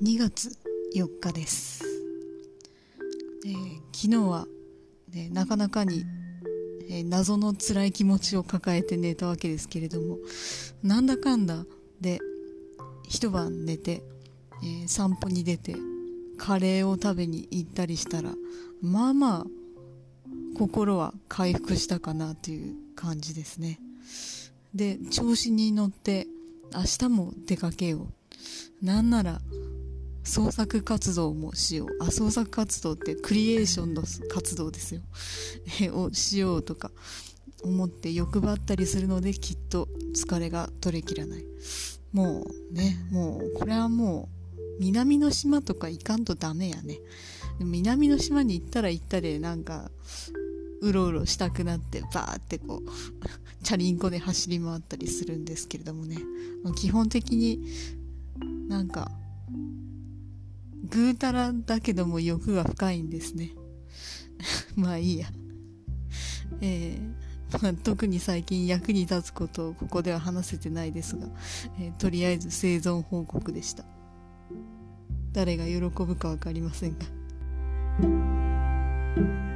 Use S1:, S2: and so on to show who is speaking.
S1: 2月4日です。昨日は、なかなかに、謎の辛い気持ちを抱えて寝たわけですけれども、なんだかんだで一晩寝て、散歩に出てカレーを食べに行ったりしたら、まあまあ心は回復したかなという感じですね。で、調子に乗って明日も出かけよう、なんなら創作活動もしよう、創作活動ってクリエーションの活動ですよをしようとか思って欲張ったりするので、きっと疲れが取れきらない。もうこれはもう南の島とか行かんとダメやね。でも南の島に行ったら行ったで、なんかうろうろしたくなってバーってこうチャリンコで走り回ったりするんですけれどもね、基本的になんかぐうたらだけども欲が深いんですねまあいいや。特に最近役に立つことをここでは話せてないですが、とりあえず生存報告でした。誰が喜ぶかわかりませんが